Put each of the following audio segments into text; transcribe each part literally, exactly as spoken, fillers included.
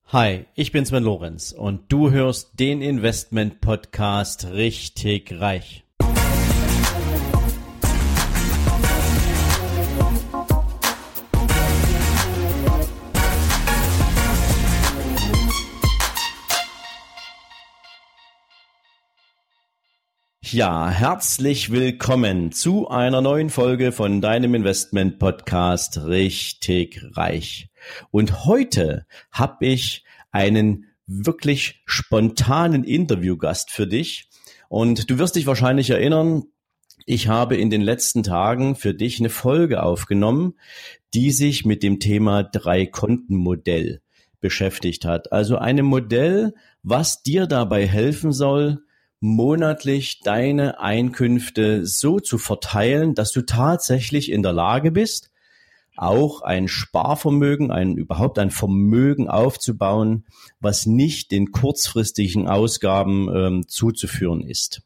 Hi, ich bin Sven Lorenz und du hörst den Investment-Podcast Richtig Reich. Ja, herzlich willkommen zu einer neuen Folge von deinem Investment-Podcast Richtig Reich. Und heute habe ich einen wirklich spontanen Interviewgast für dich. Und du wirst dich wahrscheinlich erinnern, ich habe in den letzten Tagen für dich eine Folge aufgenommen, die sich mit dem Thema Drei-Konten-Modell beschäftigt hat. Also einem Modell, was dir dabei helfen soll, monatlich deine Einkünfte so zu verteilen, dass du tatsächlich in der Lage bist, auch ein Sparvermögen, ein überhaupt ein Vermögen aufzubauen, was nicht den kurzfristigen Ausgaben ähm, zuzuführen ist.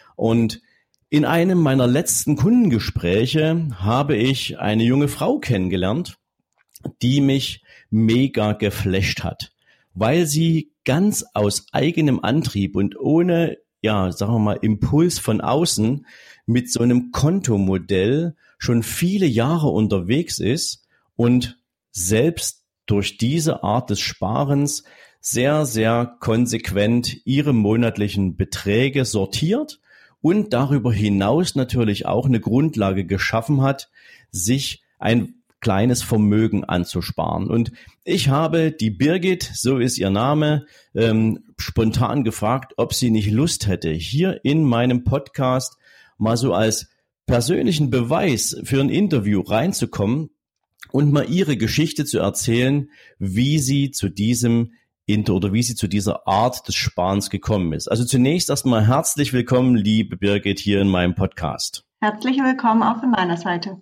Und in einem meiner letzten Kundengespräche habe ich eine junge Frau kennengelernt, die mich mega geflasht hat, weil sie ganz aus eigenem Antrieb und ohne ja, sagen wir mal, Impuls von außen mit so einem Kontomodell schon viele Jahre unterwegs ist und selbst durch diese Art des Sparens sehr, sehr konsequent ihre monatlichen Beträge sortiert und darüber hinaus natürlich auch eine Grundlage geschaffen hat, sich ein kleines Vermögen anzusparen. Und ich habe die Birgit, so ist ihr Name, ähm, spontan gefragt, ob sie nicht Lust hätte, hier in meinem Podcast mal so als persönlichen Beweis für ein Interview reinzukommen und mal ihre Geschichte zu erzählen, wie sie zu diesem Inter oder wie sie zu dieser Art des Sparens gekommen ist. Also zunächst erstmal herzlich willkommen, liebe Birgit, hier in meinem Podcast. Herzlich willkommen auch von meiner Seite.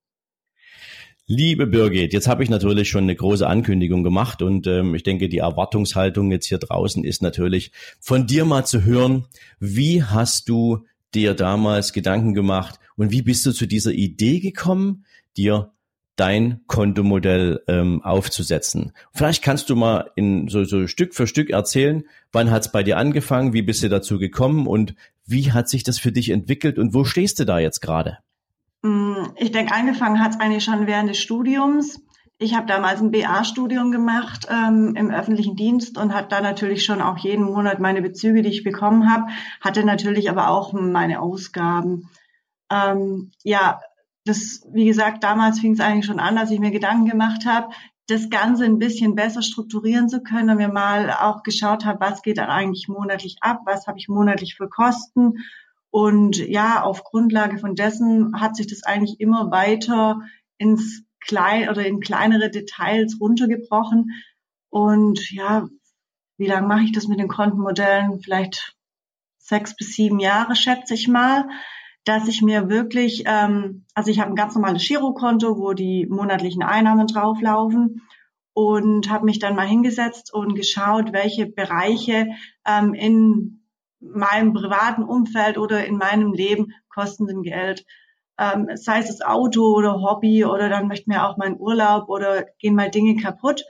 Liebe Birgit, jetzt habe ich natürlich schon eine große Ankündigung gemacht und ähm, ich denke, die Erwartungshaltung jetzt hier draußen ist natürlich von dir mal zu hören, wie hast du dir damals Gedanken gemacht und wie bist du zu dieser Idee gekommen, dir dein Kontomodell ähm, aufzusetzen? Vielleicht kannst du mal in so, so Stück für Stück erzählen, wann hat es bei dir angefangen, wie bist du dazu gekommen und wie hat sich das für dich entwickelt und wo stehst du da jetzt gerade? Ich denke, angefangen hat es eigentlich schon während des Studiums. Ich habe damals ein B A-Studium gemacht ähm, im öffentlichen Dienst und hatte da natürlich schon auch jeden Monat meine Bezüge, die ich bekommen habe, hatte natürlich aber auch meine Ausgaben. Ähm, ja, das, wie gesagt, damals fing es eigentlich schon an, dass ich mir Gedanken gemacht habe, das Ganze ein bisschen besser strukturieren zu können und mir mal auch geschaut habe, was geht dann eigentlich monatlich ab, was habe ich monatlich für Kosten. Und ja, auf Grundlage von dessen hat sich das eigentlich immer weiter ins klein oder in kleinere Details runtergebrochen. Und ja, wie lange mache ich das mit den Kontenmodellen? Vielleicht sechs bis sieben Jahre, schätze ich mal, dass ich mir wirklich, ähm, also ich habe ein ganz normales Girokonto, wo die monatlichen Einnahmen drauflaufen und habe mich dann mal hingesetzt und geschaut, welche Bereiche ähm, in meinem privaten Umfeld oder in meinem Leben kosten denn Geld. Ähm, sei es das Auto oder Hobby oder dann möchte mir auch mein Urlaub oder gehen mal Dinge kaputt.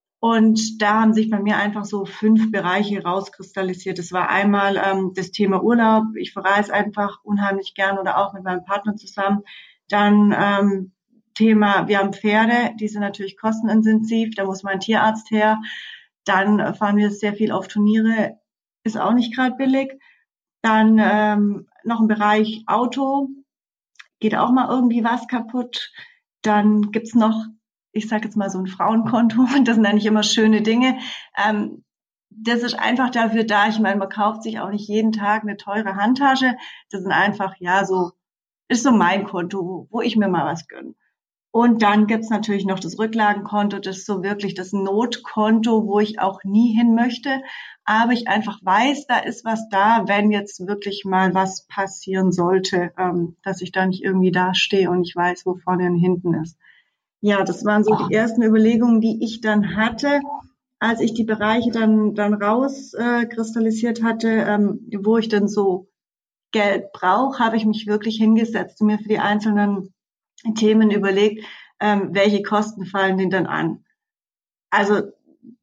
Und da haben sich bei mir einfach so fünf Bereiche rauskristallisiert. Das war einmal ähm, das Thema Urlaub. Ich verreise einfach unheimlich gern oder auch mit meinem Partner zusammen. Dann ähm, Thema, wir haben Pferde, die sind natürlich kostenintensiv, da muss mein Tierarzt her. Dann fahren wir sehr viel auf Turniere, ist auch nicht gerade billig. Dann ähm, noch ein Bereich Auto, geht auch mal irgendwie was kaputt. Dann gibt's noch, ich sage jetzt mal so ein Frauenkonto, das sind eigentlich immer schöne Dinge. Ähm, das ist einfach dafür da, ich meine, man kauft sich auch nicht jeden Tag eine teure Handtasche. Das sind einfach, ja, so, ist so mein Konto, wo ich mir mal was gönne. Und dann gibt's natürlich noch das Rücklagenkonto, das ist so wirklich das Notkonto, wo ich auch nie hin möchte. Aber ich einfach weiß, da ist was da, wenn jetzt wirklich mal was passieren sollte, ähm, dass ich da nicht irgendwie da stehe und ich weiß, wo vorne und hinten ist. Ja, das waren so die ersten Überlegungen, die ich dann hatte, als ich die Bereiche dann dann rauskristallisiert äh, hatte, ähm, wo ich denn so Geld brauche, habe ich mich wirklich hingesetzt und mir für die einzelnen Themen überlegt, ähm, welche Kosten fallen denn dann an. Also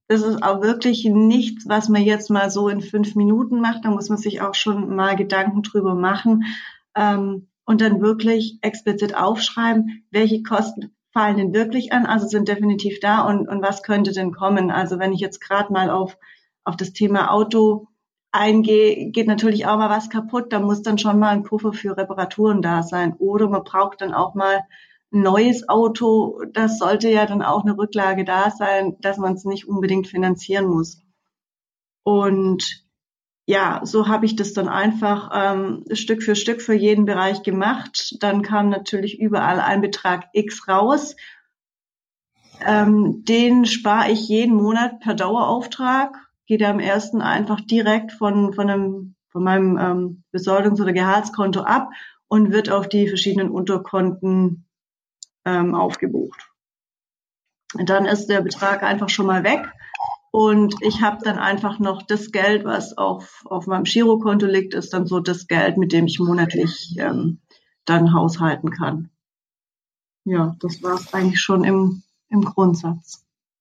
das ist auch wirklich nichts, was man jetzt mal so in fünf Minuten macht. Da muss man sich auch schon mal Gedanken drüber machen ähm, und dann wirklich explizit aufschreiben, welche Kosten fallen denn wirklich an, also sind definitiv da und, und was könnte denn kommen. Also wenn ich jetzt gerade mal auf, auf das Thema Auto eingehe, geht natürlich auch mal was kaputt. Da muss dann schon mal ein Puffer für Reparaturen da sein. Oder man braucht dann auch mal ein neues Auto. Das sollte ja dann auch eine Rücklage da sein, dass man es nicht unbedingt finanzieren muss. Und ja, so habe ich das dann einfach ähm, Stück für Stück für jeden Bereich gemacht. Dann kam natürlich überall ein Betrag X raus. Ähm, den spare ich jeden Monat per Dauerauftrag. Geht am ersten einfach direkt von von einem von meinem ähm, Besoldungs- oder Gehaltskonto ab und wird auf die verschiedenen Unterkonten ähm, aufgebucht. Und dann ist der Betrag einfach schon mal weg und ich habe dann einfach noch das Geld, was auf auf meinem Girokonto liegt, ist dann so das Geld, mit dem ich monatlich ähm, dann haushalten kann. Ja, das war es eigentlich schon im im Grundsatz.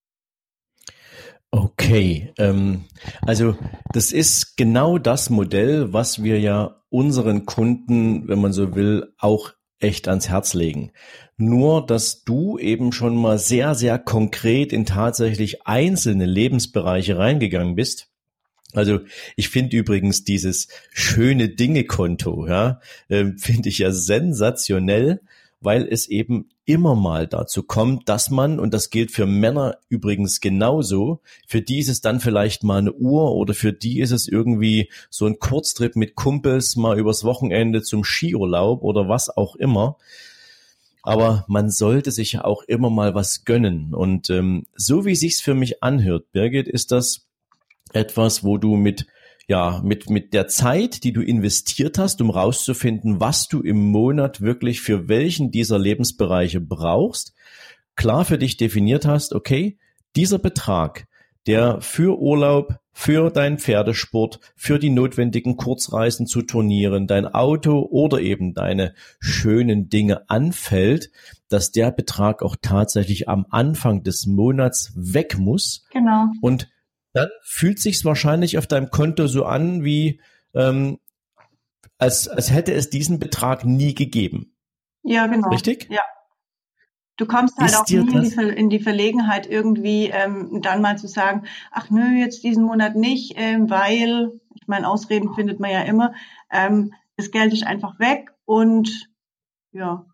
Okay, ähm, also das ist genau das Modell, was wir ja unseren Kunden, wenn man so will, auch echt ans Herz legen. Nur, dass du eben schon mal sehr, sehr konkret in tatsächlich einzelne Lebensbereiche reingegangen bist. Also ich finde übrigens dieses schöne Dinge-Konto, ja, äh, finde ich ja sensationell, weil es eben immer mal dazu kommt, dass man, und das gilt für Männer übrigens genauso, für die ist es dann vielleicht mal eine Uhr oder für die ist es irgendwie so ein Kurztrip mit Kumpels mal übers Wochenende zum Skiurlaub oder was auch immer. Aber man sollte sich ja auch immer mal was gönnen. Und ähm, so wie sich's für mich anhört, Birgit, ist das etwas, wo du mit ja, mit, mit der Zeit, die du investiert hast, um rauszufinden, was du im Monat wirklich für welchen dieser Lebensbereiche brauchst, klar für dich definiert hast, okay, dieser Betrag, der für Urlaub, für deinen Pferdesport, für die notwendigen Kurzreisen zu Turnieren, dein Auto oder eben deine schönen Dinge anfällt, dass der Betrag auch tatsächlich am Anfang des Monats weg muss. Genau. Und dann fühlt sich's wahrscheinlich auf deinem Konto so an, wie ähm, als als hätte es diesen Betrag nie gegeben. Ja, genau. Richtig? Ja. Du kommst halt Ist auch dir nie in das- die, Ver- in die Verlegenheit, irgendwie ähm, dann mal zu sagen, ach nö, jetzt diesen Monat nicht, ähm, weil, ich meine, Ausreden findet man ja immer, ähm, das Geld ist einfach weg und ja.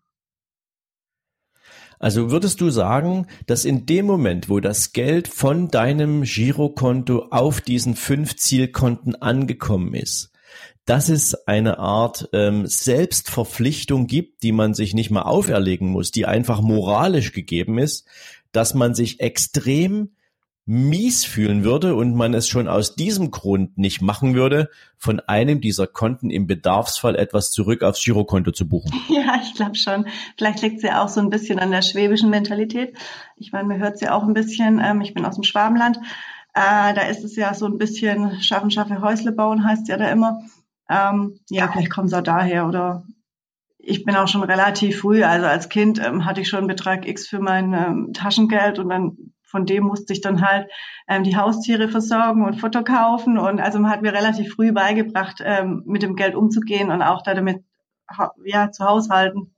Also würdest du sagen, dass in dem Moment, wo das Geld von deinem Girokonto auf diesen fünf Zielkonten angekommen ist, dass es eine Art ähm, Selbstverpflichtung gibt, die man sich nicht mal auferlegen muss, die einfach moralisch gegeben ist, dass man sich extrem mies fühlen würde und man es schon aus diesem Grund nicht machen würde, von einem dieser Konten im Bedarfsfall etwas zurück aufs Girokonto zu buchen? Ja, ich glaube schon. Vielleicht liegt es ja auch so ein bisschen an der schwäbischen Mentalität. Ich meine, man hört es ja auch ein bisschen. Ähm, ich bin aus dem Schwabenland. Äh, da ist es ja so ein bisschen schaffen, schaffe Häusle bauen, heißt ja da immer. Ähm, ja, vielleicht kommt es auch daher. Oder ich bin auch schon relativ früh, also als Kind ähm, hatte ich schon einen Betrag X für mein ähm, Taschengeld und dann von dem musste ich dann halt ähm, die Haustiere versorgen und Futter kaufen. Und also man hat mir relativ früh beigebracht, ähm, mit dem Geld umzugehen und auch da damit ja, zu haushalten.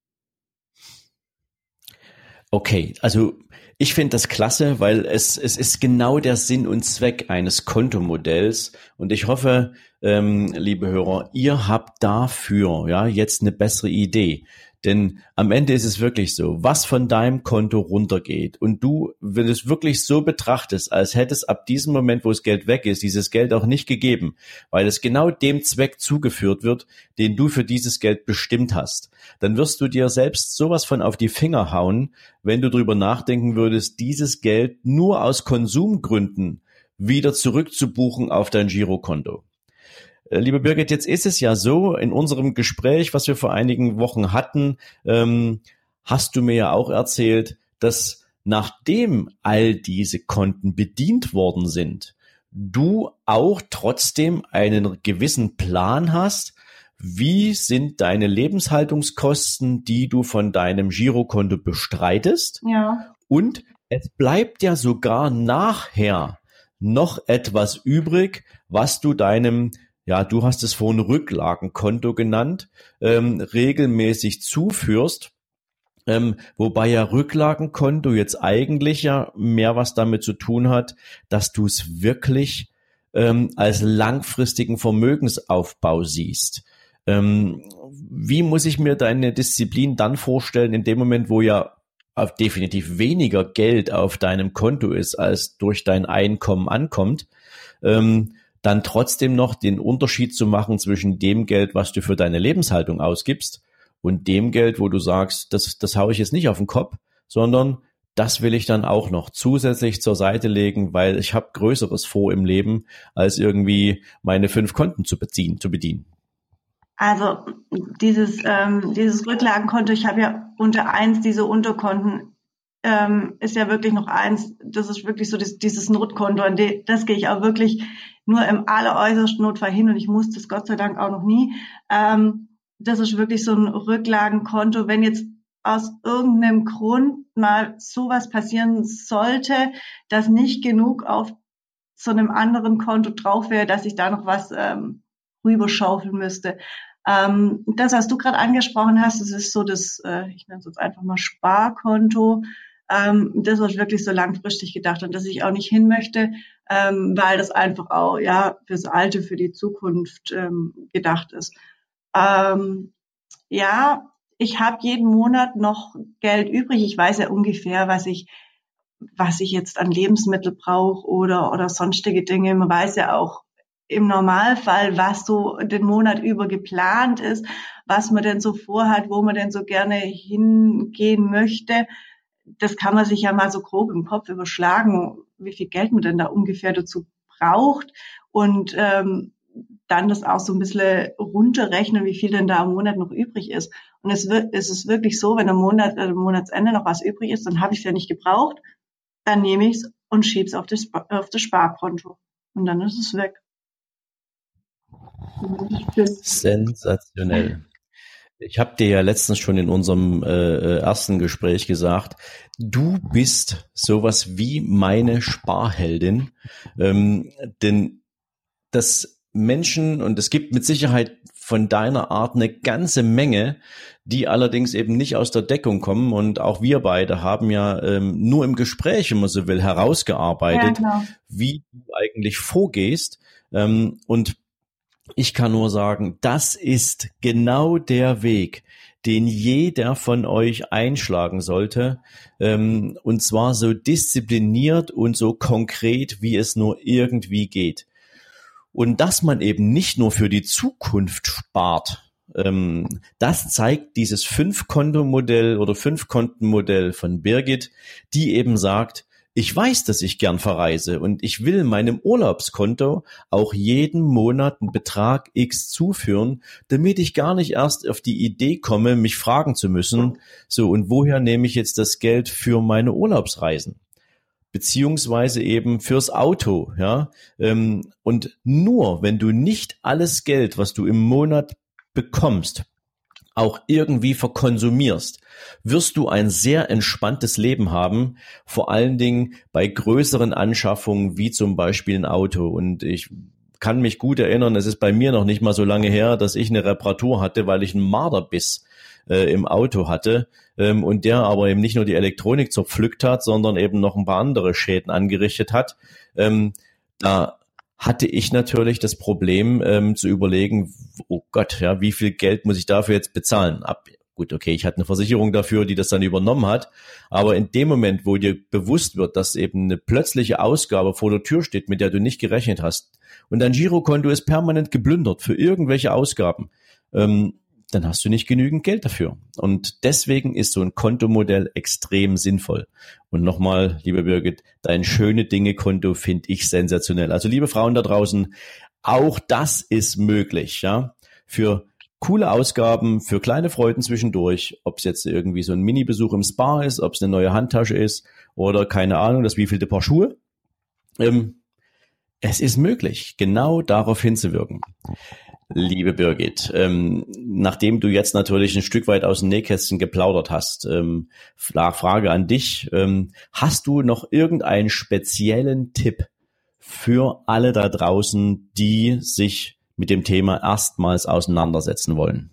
Okay, also ich finde das klasse, weil es, es ist genau der Sinn und Zweck eines Kontomodells. Und ich hoffe, ähm, liebe Hörer, ihr habt dafür ja jetzt eine bessere Idee. Denn am Ende ist es wirklich so, was von deinem Konto runtergeht und du, wenn du es wirklich so betrachtest, als hätte es ab diesem Moment, wo das Geld weg ist, dieses Geld auch nicht gegeben, weil es genau dem Zweck zugeführt wird, den du für dieses Geld bestimmt hast, dann wirst du dir selbst sowas von auf die Finger hauen, wenn du drüber nachdenken würdest, dieses Geld nur aus Konsumgründen wieder zurückzubuchen auf dein Girokonto. Liebe Birgit, jetzt ist es ja so, in unserem Gespräch, was wir vor einigen Wochen hatten, ähm, hast du mir ja auch erzählt, dass nachdem all diese Konten bedient worden sind, du auch trotzdem einen gewissen Plan hast, wie sind deine Lebenshaltungskosten, die du von deinem Girokonto bestreitest? Ja. Und es bleibt ja sogar nachher noch etwas übrig, was du deinem, ja, du hast es vorhin Rücklagenkonto genannt, ähm, regelmäßig zuführst. Ähm, wobei ja Rücklagenkonto jetzt eigentlich ja mehr was damit zu tun hat, dass du es wirklich ähm, als langfristigen Vermögensaufbau siehst. Ähm, wie muss ich mir deine Disziplin dann vorstellen, in dem Moment, wo ja auf definitiv weniger Geld auf deinem Konto ist, als durch dein Einkommen ankommt, ähm, dann trotzdem noch den Unterschied zu machen zwischen dem Geld, was du für deine Lebenshaltung ausgibst, und dem Geld, wo du sagst, das, das haue ich jetzt nicht auf den Kopf, sondern das will ich dann auch noch zusätzlich zur Seite legen, weil ich habe Größeres vor im Leben, als irgendwie meine fünf Konten zu beziehen, zu bedienen. Also dieses, ähm, dieses Rücklagenkonto, ich habe ja unter eins diese Unterkonten, ähm, ist ja wirklich noch eins, das ist wirklich so das, dieses Notkonto, an de, das gehe ich auch wirklich nur im alleräußersten Notfall hin und ich muss das Gott sei Dank auch noch nie. Ähm, das ist wirklich so ein Rücklagenkonto. Wenn jetzt aus irgendeinem Grund mal sowas passieren sollte, dass nicht genug auf so einem anderen Konto drauf wäre, dass ich da noch was ähm, rüberschaufeln müsste. Ähm, das, was du gerade angesprochen hast, das ist so das, äh, ich nenne es jetzt einfach mal Sparkonto. Ähm, das ist wirklich so langfristig gedacht und dass ich auch nicht hin möchte, ähm, weil das einfach auch ja fürs Alte, für die Zukunft ähm, gedacht ist. Ähm, ja, ich habe jeden Monat noch Geld übrig. Ich weiß ja ungefähr, was ich, was ich jetzt an Lebensmittel brauche oder oder sonstige Dinge. Man weiß ja auch im Normalfall, was so den Monat über geplant ist, was man denn so vorhat, wo man denn so gerne hingehen möchte. Das kann man sich ja mal so grob im Kopf überschlagen, wie viel Geld man denn da ungefähr dazu braucht und ähm, dann das auch so ein bisschen runterrechnen, wie viel denn da im Monat noch übrig ist. Und es, wird, es ist wirklich so, wenn am Monat, äh, Monatsende noch was übrig ist, dann habe ich es ja nicht gebraucht, dann nehme ich es und schiebe es auf das, auf das Sparkonto. Und dann ist es weg. Sensationell. Ich habe dir ja letztens schon in unserem äh, ersten Gespräch gesagt, du bist sowas wie meine Sparheldin, ähm, denn das Menschen, und es gibt mit Sicherheit von deiner Art eine ganze Menge, die allerdings eben nicht aus der Deckung kommen, und auch wir beide haben ja ähm, nur im Gespräch, wenn man so will, herausgearbeitet, ja, genau, wie du eigentlich vorgehst, ähm, und ich kann nur sagen, das ist genau der Weg, den jeder von euch einschlagen sollte, ähm, und zwar so diszipliniert und so konkret, wie es nur irgendwie geht. Und dass man eben nicht nur für die Zukunft spart, ähm, das zeigt dieses Fünf-Konto-Modell oder Fünf-Konten-Modell von Birgit, die eben sagt, ich weiß, dass ich gern verreise und ich will meinem Urlaubskonto auch jeden Monat einen Betrag X zuführen, damit ich gar nicht erst auf die Idee komme, mich fragen zu müssen, so, und woher nehme ich jetzt das Geld für meine Urlaubsreisen? Beziehungsweise eben fürs Auto, ja. Und nur, wenn du nicht alles Geld, was du im Monat bekommst, auch irgendwie verkonsumierst, wirst du ein sehr entspanntes Leben haben, vor allen Dingen bei größeren Anschaffungen wie zum Beispiel ein Auto. Und ich kann mich gut erinnern, es ist bei mir noch nicht mal so lange her, dass ich eine Reparatur hatte, weil ich einen Marderbiss äh, im Auto hatte, ähm, und der aber eben nicht nur die Elektronik zerpflückt hat, sondern eben noch ein paar andere Schäden angerichtet hat. Ähm, da hatte ich natürlich das Problem ähm, zu überlegen, oh Gott, ja, wie viel Geld muss ich dafür jetzt bezahlen? Ab, gut, okay, ich hatte eine Versicherung dafür, die das dann übernommen hat, aber in dem Moment, wo dir bewusst wird, dass eben eine plötzliche Ausgabe vor der Tür steht, mit der du nicht gerechnet hast, und dein Girokonto ist permanent geplündert für irgendwelche Ausgaben, ähm, dann hast du nicht genügend Geld dafür. Und deswegen ist so ein Kontomodell extrem sinnvoll. Und nochmal, liebe Birgit, dein Schöne-Dinge-Konto finde ich sensationell. Also liebe Frauen da draußen, auch das ist möglich, ja, für coole Ausgaben, für kleine Freuden zwischendurch, ob es jetzt irgendwie so ein Mini-Besuch im Spa ist, ob es eine neue Handtasche ist oder keine Ahnung, das wievielte Paar Schuhe. Ähm, es ist möglich, genau darauf hinzuwirken. Liebe Birgit, ähm, nachdem du jetzt natürlich ein Stück weit aus dem Nähkästchen geplaudert hast, ähm, Frage an dich, ähm, hast du noch irgendeinen speziellen Tipp für alle da draußen, die sich mit dem Thema erstmals auseinandersetzen wollen?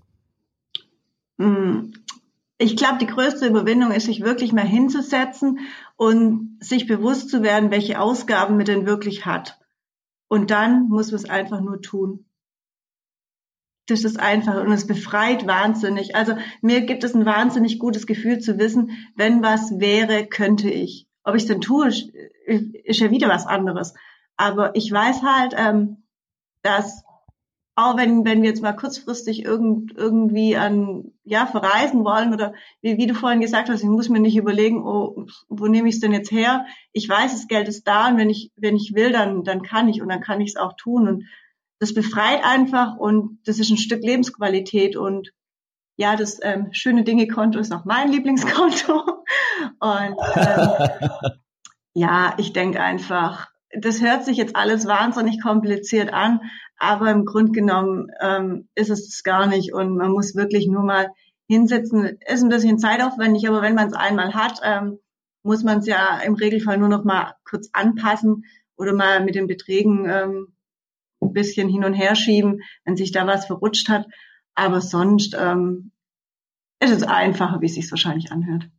Ich glaube, die größte Überwindung ist, sich wirklich mal hinzusetzen und sich bewusst zu werden, welche Ausgaben man denn wirklich hat. Und dann muss man es einfach nur tun. Das ist einfach und es befreit wahnsinnig. Also mir gibt es ein wahnsinnig gutes Gefühl zu wissen, wenn was wäre, könnte ich. Ob ich es denn tue, ist, ist ja wieder was anderes. Aber ich weiß halt, ähm, dass auch wenn wenn wir jetzt mal kurzfristig irgend, irgendwie an ja verreisen wollen oder wie, wie du vorhin gesagt hast, ich muss mir nicht überlegen, oh, wo nehme ich es denn jetzt her? Ich weiß, das Geld ist da und wenn ich wenn ich will, dann dann kann ich und dann kann ich es auch tun und das befreit einfach und das ist ein Stück Lebensqualität und ja, das ähm, schöne Dinge-Konto ist auch mein Lieblingskonto. Und ähm, ja, ich denke einfach, das hört sich jetzt alles wahnsinnig kompliziert an, aber im Grunde genommen ähm, ist es das gar nicht und man muss wirklich nur mal hinsetzen. Ist ein bisschen zeitaufwendig, aber wenn man es einmal hat, ähm, muss man es ja im Regelfall nur noch mal kurz anpassen oder mal mit den Beträgen ähm, ein bisschen hin und her schieben, wenn sich da was verrutscht hat. Aber sonst ähm, ist es einfacher, wie es sich wahrscheinlich anhört.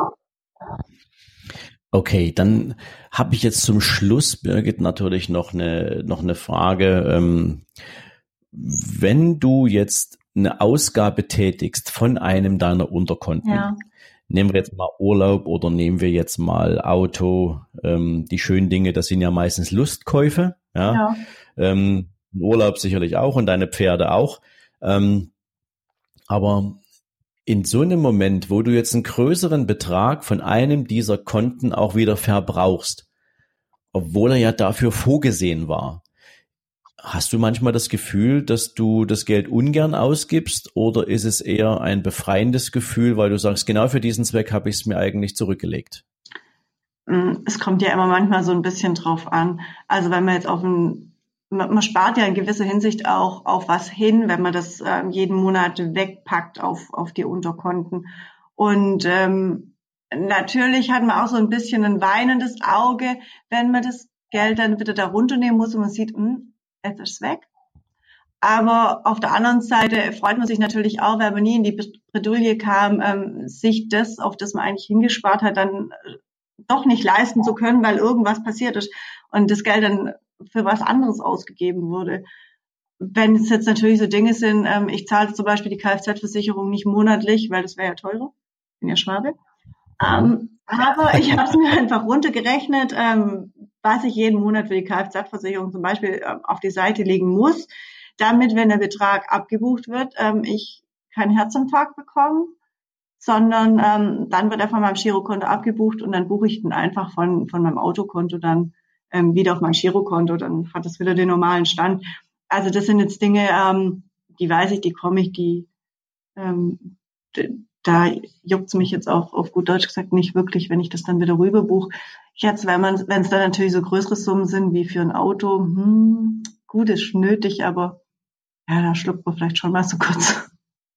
Okay, dann habe ich jetzt zum Schluss, Birgit, natürlich noch eine noch eine Frage. Ähm, wenn du jetzt eine Ausgabe tätigst von einem deiner Unterkonten, ja. Nehmen wir jetzt mal Urlaub oder nehmen wir jetzt mal Auto, ähm, die schönen Dinge, das sind ja meistens Lustkäufe, ja. ja. Ähm, Urlaub sicherlich auch und deine Pferde auch. Ähm, aber in so einem Moment, wo du jetzt einen größeren Betrag von einem dieser Konten auch wieder verbrauchst, obwohl er ja dafür vorgesehen war, hast du manchmal das Gefühl, dass du das Geld ungern ausgibst oder ist es eher ein befreiendes Gefühl, weil du sagst, genau für diesen Zweck habe ich es mir eigentlich zurückgelegt? Es kommt ja immer manchmal so ein bisschen drauf an. Also wenn man jetzt auf ein Man spart ja in gewisser Hinsicht auch auf was hin, wenn man das ähm, jeden Monat wegpackt auf auf die Unterkonten. Und ähm, natürlich hat man auch so ein bisschen ein weinendes Auge, wenn man das Geld dann wieder da runternehmen muss und man sieht, hm, jetzt ist es weg. Aber auf der anderen Seite freut man sich natürlich auch, weil man nie in die Bredouille kam, ähm, sich das, auf das man eigentlich hingespart hat, dann doch nicht leisten zu können, weil irgendwas passiert ist und das Geld dann für was anderes ausgegeben wurde. Wenn es jetzt natürlich so Dinge sind, ähm, ich zahle zum Beispiel die Kfz-Versicherung nicht monatlich, weil das wäre ja teurer, ich bin ja Schwabe. Ähm, aber ich habe es mir einfach runtergerechnet, ähm, was ich jeden Monat für die Kfz-Versicherung zum Beispiel ähm, auf die Seite legen muss, damit, wenn der Betrag abgebucht wird, ähm, ich keinen Herzinfarkt bekomme, sondern ähm, dann wird er von meinem Girokonto abgebucht und dann buche ich den einfach von von meinem Autokonto dann ähm, wieder auf mein Girokonto, dann hat es wieder den normalen Stand. Also das sind jetzt Dinge, ähm, die weiß ich, die komme ich, die ähm, d- da juckt's mich jetzt auch auf gut Deutsch gesagt nicht wirklich, wenn ich das dann wieder rüber buche. Jetzt, wenn man, wenn es dann natürlich so größere Summen sind wie für ein Auto, hm, gut, ist nötig, aber ja, da schluckt man vielleicht schon mal so kurz.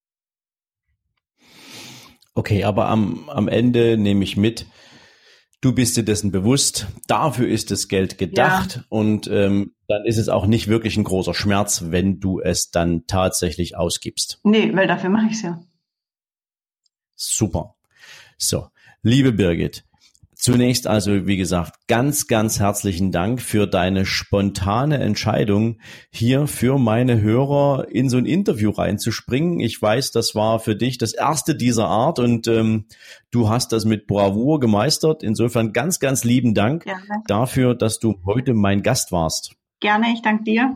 Okay, aber am, am Ende nehme ich mit, du bist dir dessen bewusst, dafür ist das Geld gedacht ja. und ähm, dann ist es auch nicht wirklich ein großer Schmerz, wenn du es dann tatsächlich ausgibst. Nee, weil dafür mache ich es ja. Super. So, liebe Birgit, zunächst also, wie gesagt, ganz, ganz herzlichen Dank für deine spontane Entscheidung, hier für meine Hörer in so ein Interview reinzuspringen. Ich weiß, das war für dich das erste dieser Art und ähm, du hast das mit Bravour gemeistert. Insofern ganz, ganz lieben Dank Gerne. dafür, dass du heute mein Gast warst. Gerne, ich danke dir.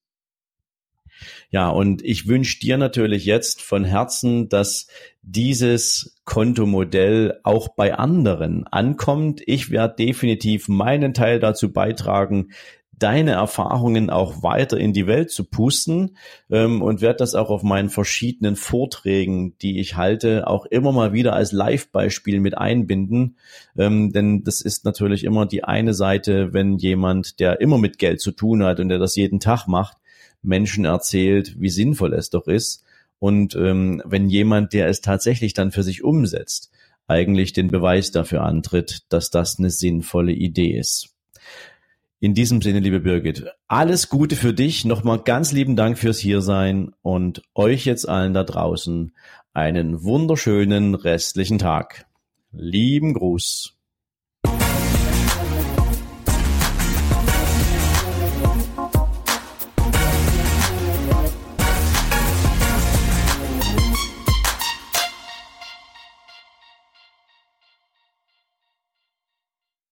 Ja, und ich wünsche dir natürlich jetzt von Herzen, dass dieses Kontomodell auch bei anderen ankommt. Ich werde definitiv meinen Teil dazu beitragen, deine Erfahrungen auch weiter in die Welt zu pusten ähm, und werde das auch auf meinen verschiedenen Vorträgen, die ich halte, auch immer mal wieder als Live-Beispiel mit einbinden. Ähm, denn das ist natürlich immer die eine Seite, wenn jemand, der immer mit Geld zu tun hat und der das jeden Tag macht, Menschen erzählt, wie sinnvoll es doch ist. Und ähm, wenn jemand, der es tatsächlich dann für sich umsetzt, eigentlich den Beweis dafür antritt, dass das eine sinnvolle Idee ist. In diesem Sinne, liebe Birgit, alles Gute für dich. Nochmal ganz lieben Dank fürs Hiersein und euch jetzt allen da draußen einen wunderschönen restlichen Tag. Lieben Gruß.